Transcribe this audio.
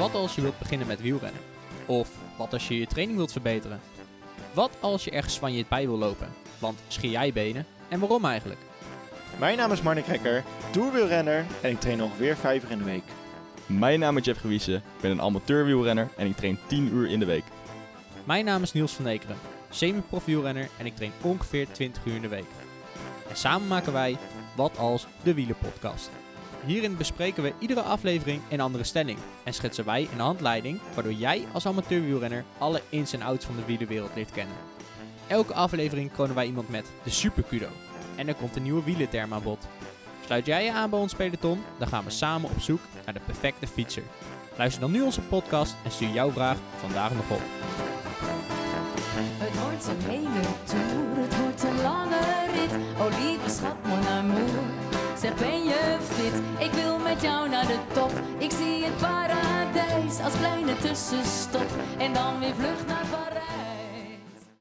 Wat als je wilt beginnen met wielrennen? Of wat als je je training wilt verbeteren? Wat als je ergens van je bij wil lopen? Want scheer jij benen? En waarom eigenlijk? Mijn naam is Marnik Rekker, toerwielrenner en ik train ongeveer 5 uur in de week. Mijn naam is Jeff Gewiese, ik ben een amateurwielrenner en ik train 10 uur in de week. Mijn naam is Niels van Ekeren, semi-prof wielrenner en ik train ongeveer 20 uur in de week. En samen maken wij Wat als de Wielerpodcast. Hierin bespreken we iedere aflevering een andere stelling en schetsen wij een handleiding waardoor jij als amateurwielrenner alle ins en outs van de wielerwereld leert kennen. Elke aflevering kronen wij iemand met de superkudo en er komt een nieuwe wielerterm aan bod. Sluit jij je aan bij ons peloton, dan gaan we samen op zoek naar de perfecte fietser. Luister dan nu onze podcast en stuur jouw vraag vandaag nog op. Het wordt een hele tour, het wordt een lange rit. Oh lieve schat, mon amour, zeg ben je fit? Ik wil met jou naar de top, ik zie het paradijs als kleine tussenstop. En dan weer vlug naar paradijs.